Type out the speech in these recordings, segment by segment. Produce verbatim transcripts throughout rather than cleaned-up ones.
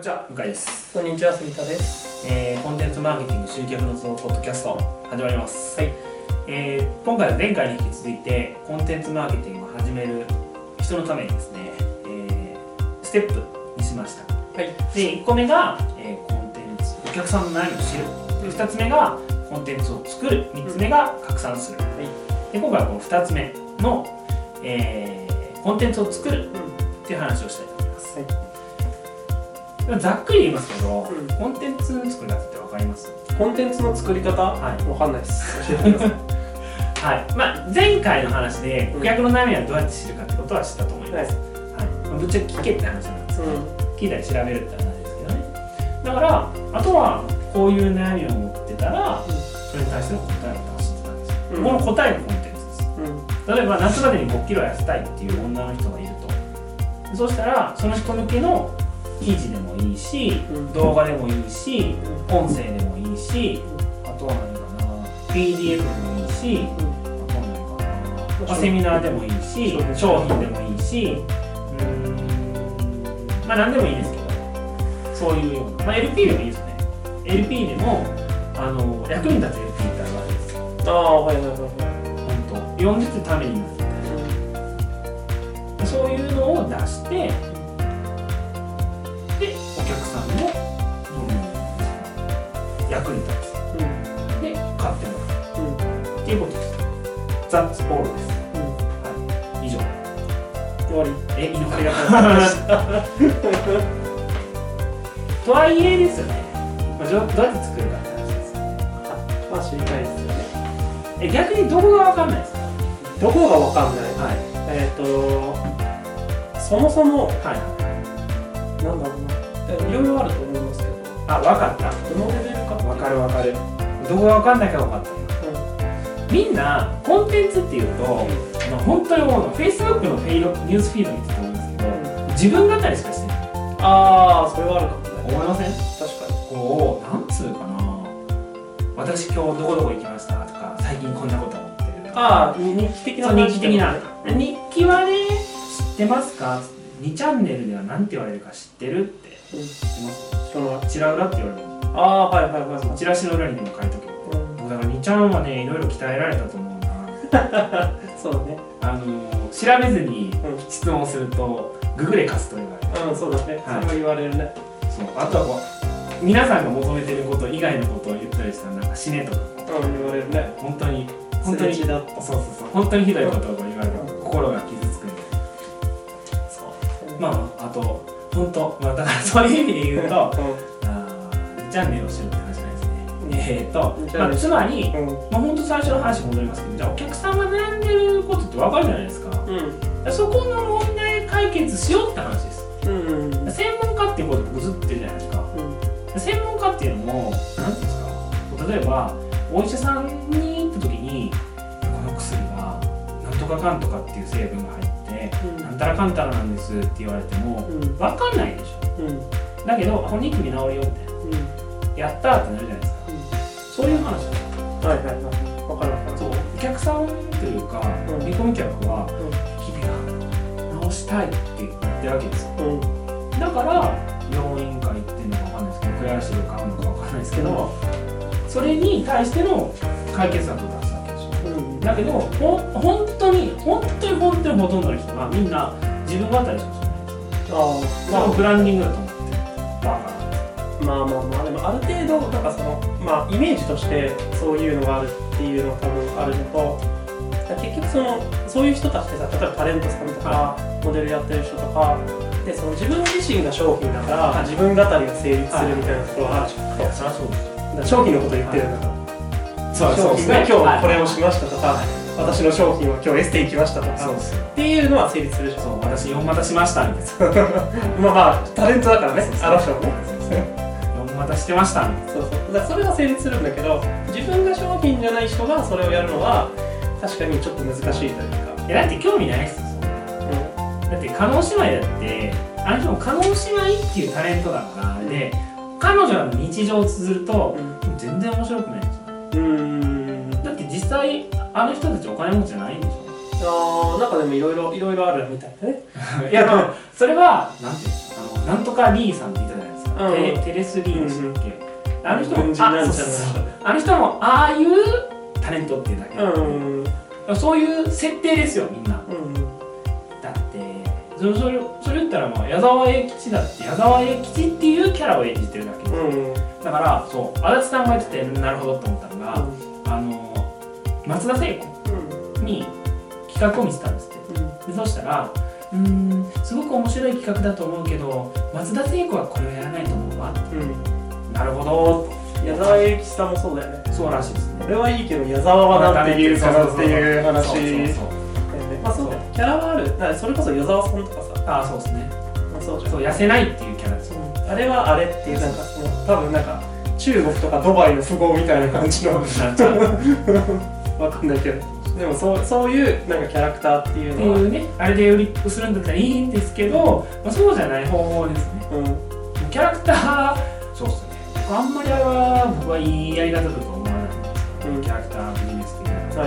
こんにちは、向井です。 こんにちは、杉田です。 えー、コンテンツマーケティング集客のツボポッドキャスト始まります。 はい。 えー、今回は前回に引き続いてコンテンツマーケティングを始める人のためにですね、えー、ステップにしました。 はい。 で、いっこめが、えー、コンテンツ、お客さんの悩みを知る。で、ふたつめがコンテンツを作る。みっつめが拡散する。はい。で、今回はこのふたつめの、えー、コンテンツを作るっていう話をしたいと思います。はい。ざっくり言いますけど、うん、コンテンツの作り方って分かります？ コンテンツの作り方？はい、分かんないです。教えてください。 はい。まあ前回の話で顧客の悩みはどうやって知るかってことは知ったと思います。はい。はい、ぶっちゃけ聞けって話なんですけど、うん、聞いたり調べるって話ですけどね。だからあとはこういう悩みを持ってたら、うん、それに対しての答えを出してたんですよ。うん、この答えのコンテンツです。うん、例えば夏までにごキロ痩せたいっていう女の人がいると。そうしたらその人向けの記事でもいいし、うん、動画でもいいし、うん、音声でもいいし、うん、あとは何かな ピーディーエフ でもいいし、うん、あとは何かな、まあ、セミナーでもいいし、商品でもいいし、うーんまあ何でもいいですけど、そういうような、まあ、エルピー でもいいですよね。 エルピー でもあの役に立つ エルピー ってあるわけですよ。 ああ、はいはいはいはい。 本当読んでてためになるみたいな、そういうのを出してで、お客さんの、うん、役に立つ、うん、で、買ってもらう、うん、っていうことです。That's all です。うん、はい、以上。 終わり。 え、いいのかありがとうございました。とはいえですよね、まあ、どうやって作るかって話ですよね。 まあ知りたいですよね。 え、逆にどこがわかんないですか？ どこがわかんない？ はい。 えっと、そもそも、はい、なんだろうな。いろいろあると思いますけど、 あ、分かった。 どのレベルか分かる分かる。どこが分かんないか分かったよ、うん、みんなコンテンツっていうと、うん、まあ、本当に思うの Facebook のフェイドニュースフィード見てて思うんですけど、うん、自分語りしかしてない。 ああ、それはあるかもね。 思いません？ 確かに。 こう、なんつうかな、私今日どこどこ行きましたとか、最近こんなこと思ってるとか。 ああ、日記的な話。 日記的な、うん、日記はね、知ってますか？にチャンネルでは何て言われるか知ってるって、うん、知ってます？そのチラ裏って言われる。 ああ、はいはいはいはい。 チラシの裏にでも書いとけば、うん、僕だからにちゃんはね、いろいろ鍛えられたと思うな。 そうだね。 あの調べずに質問すると、うん、ググレカスと言われる。 うん、そうだね。はい、それは言われるね。 そう、あとはこう皆さんが求めてること以外のことを言ったりしたらなんか死ねとか。 うん、言われるね。 本当に本当にだった。 そうそうそう。本当にひどいことを言われる。うん、心が傷つくんで。そう。まああと。本当、まあ、だからそういう意味で言うと、うん、あにチャンネルを知るって話なんですね。えーと、まあ、つまり、うん、まあ、本当最初の話に戻りますけど、じゃあお客さんが悩んでることって分かるじゃないですか。うん、そこの問題解決しようって話です。うんうんうん、専門家っていうこと僕ずっと言ってるじゃないですか。うん、専門家っていうのも、なんていうんですか、例えば、お医者さんに行った時に、この薬は、なんとかかんとかっていう成分が入って、うん、なんたらかんたらなんですって言われても、うん、分かんないでしょ、うん、だけどこのニキビ治るよみたいな、うん、やったーってなるじゃないですか、うん、そういう話です。 はいはいはい、分かる分かる。 そう、お客さんというか、うん、見込み客は、うん、ニキビが治したいって言ってるわけですよ、うん、だから病院か行ってるのか分かんないですけど、クレアシル買うのか分かんないですけど、うん、それに対しての解決策を出すわけでしょ、うん、だけどほ本当に本当に本当にほとんどの人がみんな自分語りしかしないです。ああ、まあブランディングだと思ってる。バカまあまあまあ、でもある程度なんかそのまあイメージとしてそういうのがあるっていうのが多分あるのと、結局そのそういう人たちってさ、例えばタレントさんとか、はい、モデルやってる人とかで、その自分自身が商品だから、はい、自分語りが成立するみたいなところがあるじゃん。いや、そりゃそうです。商品のこと言ってるんだから。はい、商品が今日これをしましたとか、はい、私の商品は今日エステ行きましたとか、そうですっていうのは成立するじゃん。 そう、私よん股しましたみたいな。 まあまあタレントだからね、あの人はね。 よん股してましたみたいな。 そうそう。だからそれは成立するんだけど、自分が商品じゃない人がそれをやるのは確かにちょっと難しいというか。 いやだって興味ないですよ。うん、だって加納姉妹だってあの人も加納姉妹っていうタレントだからあれで、彼女らの日常を綴ると、うん、全然面白くないんですよ。うーん、だって実際あの人たちお金持ちじゃないんでしょ。 ああ、なんかでもいろいろいろいろあるみたいなね。 いや、まあ、それはなんていうの、あのなんとかリーさんって言ったじゃないですか。 た、うん、テ, テレス・リーでしたっけ、うん、あの人も軍人なんちゃらあ, そうそうあの人もああいうタレントっていうだけ、うんうん、そういう設定ですよみんな、うん、だってそれ, それ, それ言ったらもう矢沢永吉だって矢沢永吉っていうキャラを演じてるだけです、うん、だからそう足立さんが言っててなるほどと思ったのが、うん、あの松田聖子に企画を見せたんですって、うん、でそうしたらうーんすごく面白い企画だと思うけど松田聖子はこれをやらないと思うわって、うん、なるほど矢沢永吉さんもそうだよね。 そうらしいですね。 俺はいいけど矢沢はなんて言うかなっていう話。まあそうキャラはある。だからそれこそ矢沢さんとかさ。 ああそうですね。 まあ、そうじゃん。 そう痩せないっていうキャラですよ、 うん。あれはあれっていうなんかその多分なんか中国とかドバイの富豪みたいな感じのわかんないけど。でもそうそういうなんかキャラクターっていうのは。っていうねあれでよりするんだったらいいんですけど、まあ、そうじゃない方法ですね。うん、キャラクターそうっすね。あんまりあれは僕はいいやり方だと思わないんですよ、うん、キャラクタービジネス的な、はい、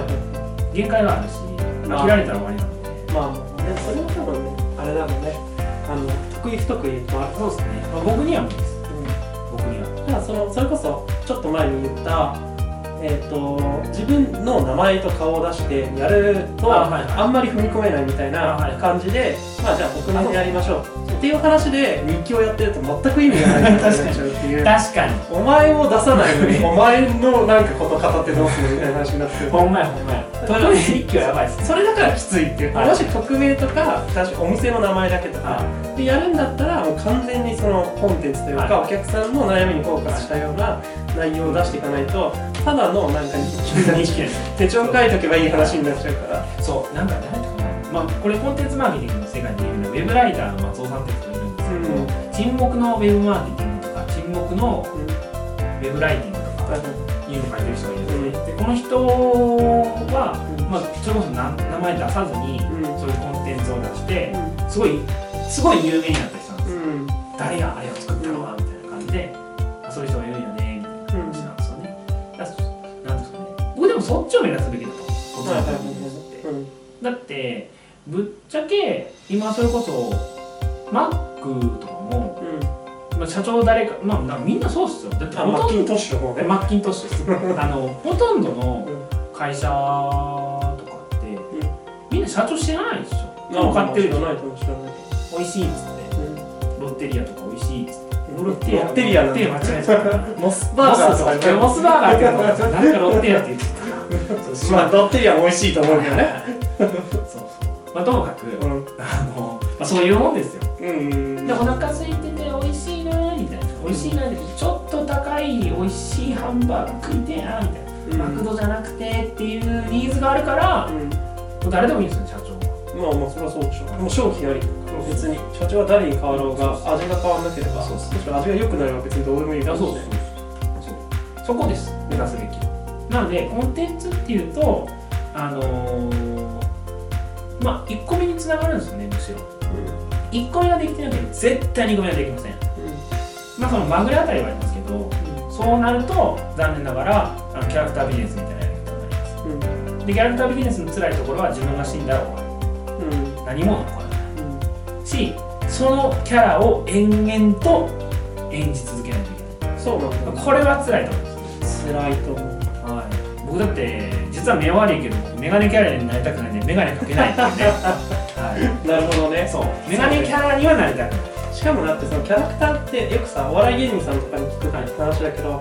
限界はあるし、まあ、切られたら終わりなのでまあまあ、ね、それは多分ね、あれだろうねあの得意不得意もあるそうですね、まあ、僕には無理です、うん、僕にはだからそのそれこそちょっと前に言ったえー、と自分の名前と顔を出してやると あ,、はいはい、あんまり踏み込めないみたいな感じで、まあ、じゃあ僕名でやりましょうっていう話で日記をやってると全く意味がないみたいになっちゃうっていう確かにお前を出さないのにお前のなんかこと語ってどうするみたいな話になってるほんまやほんまやとにかく日記はやばいっす、ね、 それだからきついっていう、はい、もし匿名とかお店の名前だけとか、はい、でやるんだったらもう完全にそのコンテンツというか、はい、お客さんの悩みにフォーカスしたような内容を出していかないとただのなんか手帳書いとけばいい話になっちゃうからそうなんかねまあこれコンテンツマーケティングの世界でいうのウェブライターの松尾さんって人がいるんですけど、うん、沈黙のウェブマーケティングとか沈黙のウェブライティングとかいうのを書いてる人がいるんですね、うん、でこの人は、うんまあ、それこそ名前出さずに、うん、そういうコンテンツを出して、うん、すごいすごい有名になった人なんですよ、うん、誰があれを作ったのかみたいな感じで、うん、そういう人がいるんよねみたいな話なんですよね、うん、だなんですかね僕でもそっちを目指すべきだと思ってだってぶっちゃけ今それこそマックとかも、うんまあ、社長誰か、まあ、みんなそうっすよだってマッキントッシュの方ねマッキントッシュですあのほとんどの会社とかって、うん、みんな社長知らないでしょでも買ってるじゃないとも知らない美味しいっつって、うん、ロッテリアとか美味しいっつってロッテリアロッテリアなんて間違えちゃったモスバーガーとかモスバーガーって言うと誰かロッテリアって言ってたまあロッテリアも美味しいと思うけどねそうそうまあともかく、うん、あのまあ、そういうもんですよ、うんうん、でお腹空いてて美味しいなみたいな美味しいなってちょっと高い美味しいハンバーグ食いてえなみたいな、うん、マクドじゃなくてっていうニーズがあるから、うん、もう誰でもいいんですよね社長はまあまあそれはそうでしょうもう商品あり別に社長は誰に変わろうが味が変わらなければそうそうそう味が良くなれば別にどうでもいいからそうそうそうそこです目指すべきなのでコンテンツっていうとあのー、まあいっこめにつながるんですよねむしろ、うん、いっこめができてなければ絶対にこめはできません、うん、まあそのまぐれあたりはありますけど、うん、そうなると残念ながらあのキャラクタービジネスみたいなやり方になります、うん、でキャラクタービジネスの辛いところは自分が死んだら終わる、うん、何も残らない、うん、しそのキャラを延々と演じ続けないといけないそうなんだこれは辛いと思います辛いと思う僕だって実は目悪いけどメガネキャラになりたくないんでメガネかけないっていうね、 はい、なるほどねそうメガネキャラにはなりたくないしかもだってそのキャラクターってよくさお笑い芸人さんとかに聞く話だけど、はい、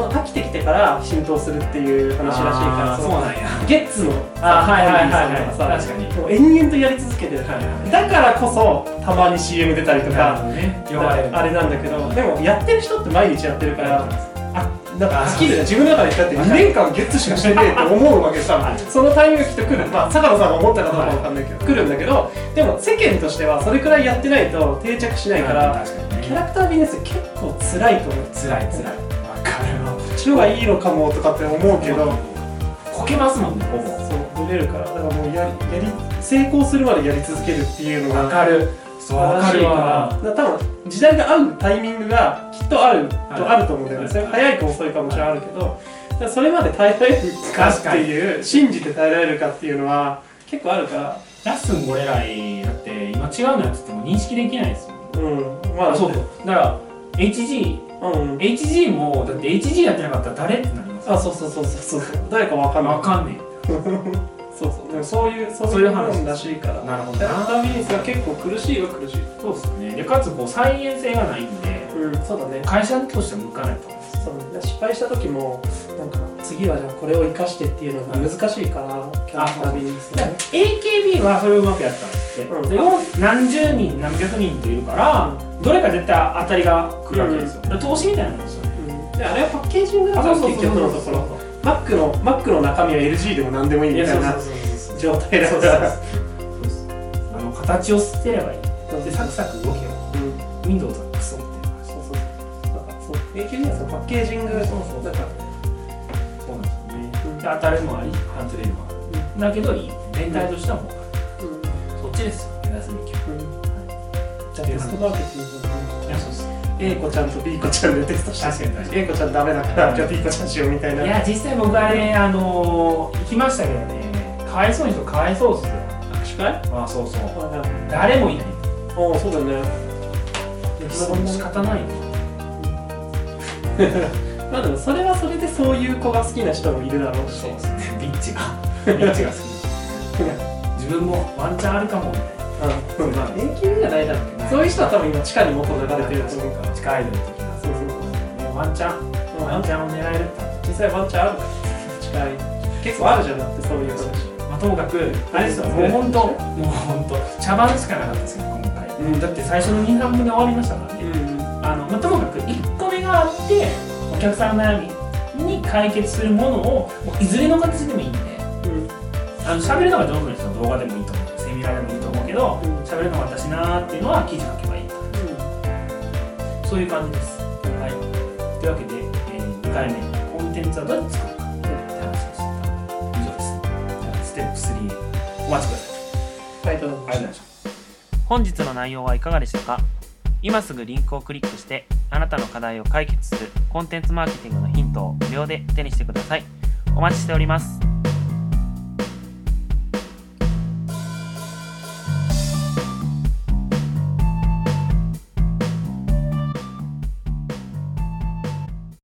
飽きてきてから浸透するっていう話らしいからそうなんやゲッツのあはいはいはいはいさ確かにもう延々とやり続けてる、はいはい、だからこそたまに シーエム 出たりとか、ね、あれなんだけどでもやってる人って毎日やってるからあなんかスキルが自分の中でだってにねんかんゲッツしかしてねえって思うわけさそのタイミングがきっと来るまあ坂野さんが思ったかどうかわかんないけど、はい、来るんだけどでも世間としてはそれくらいやってないと定着しないから、ね、キャラクタービジネス結構辛いと思う辛い辛い分かるわこっちの方がいいのかもとかって思うけどこけますもんねほぼそうブレるからだからもうやりやり成功するまでやり続けるっていうのが分かるそう分かるわだから多分時代が合うタイミングがきっとあるとあると思うんだよね、はい、早いか遅いかもちろんあるけどそれまで耐えられるかっていう信じて耐えられるかっていうのは結構あるからラッスンゴレライだって今違うのやつっても認識できないですもん、 うんまあそうだからエイチジー、 うん、 エイチジー もだって エイチジー やってなかったら誰ってなりますあ、そうそうそうそうそう、誰かわかんない。 わかんねそうそう、でもそういうそういう話らしいから。 なるほどキャラクタービジネスが結構苦しいは苦しい。 そうですね。でかつこう再現性がないんで、 うん、そうだね。 会社としては向かないと思います。 そうね、失敗した時もなんか次はじゃあこれを生かしてっていうのが難しいから、キャラクタービジネスね。 エーケービー はそれをうまくやったんですって。うん、で何十人何百人といるから、うん、どれか絶対当たりが来るわけですよ。うん、投資みたいなもんですよね。うん、であれはパッケージングだから結局のところ。Mac の Mac の中身は エルジー でも何でもいいみたいな状態だから、 あの形を捨てればいい。でサクサク動けば、うん、Windows はクソみたいな。 そうそうそう。エーケービー はそのパッケージング、そうそうだからそうなんですよね。うん、で当たるもあり、外れるもある。うん、だけどいい。全体としてはもう、うん、そっちですよ。目指すべきは。うん、 じゃあテストマーケティングの、 いやそうです。 A 子ちゃんと B 子ちゃんでテストして、 確かに確かに A 子ちゃんダメだからじゃあ B 子ちゃんしようみたいな。 いや実際僕あれあのー、行きましたけどね、かわいそうに人かわいそうっすよ。 握手会？ ああそうそう、誰もいない。 ああそうだよね。 仕方ないよ。 まあでもそれはそれでそういう子が好きな人もいるだろうし。 そうですね、ビッチがビッチが好き自分もワンチャンあるかもみたいな。 うん、まあ永久じゃないだろうけど、そういう人は多分今地下に元が出てると思うから、 地下アイドル的な。そうそうそう、ワンチャン、ワンチャンを狙えるって。実際ワンチャンあるから地下アイドル結構あるじゃなくて、そういう話。まあともかくあれですよ、もう本当もう本当茶番しかなかったですよ今回。うん、だって最初のに、さんぶんで終わりましたからね。うん、あのまあ、ともかくいっこめがあってお客さんの悩みに解決するものをもういずれの形でもいいんで、うん、あの喋るのが上手な人の動画でもいいと思う。セミナーでもいいと思うけど、喋、うん、るのが私なーっていうのは記事書けばいいと、うん、そういう感じです。はい、というわけで、えー、にかいめコンテンツはどうやって作るかって話をした。以上です。じゃあステップスリーお待ちください。 ありがとうございました。 本日の内容はいかがでしたか？今すぐリンクをクリックしてあなたの課題を解決するコンテンツマーケティングのヒントを無料で手にしてください。お待ちしております。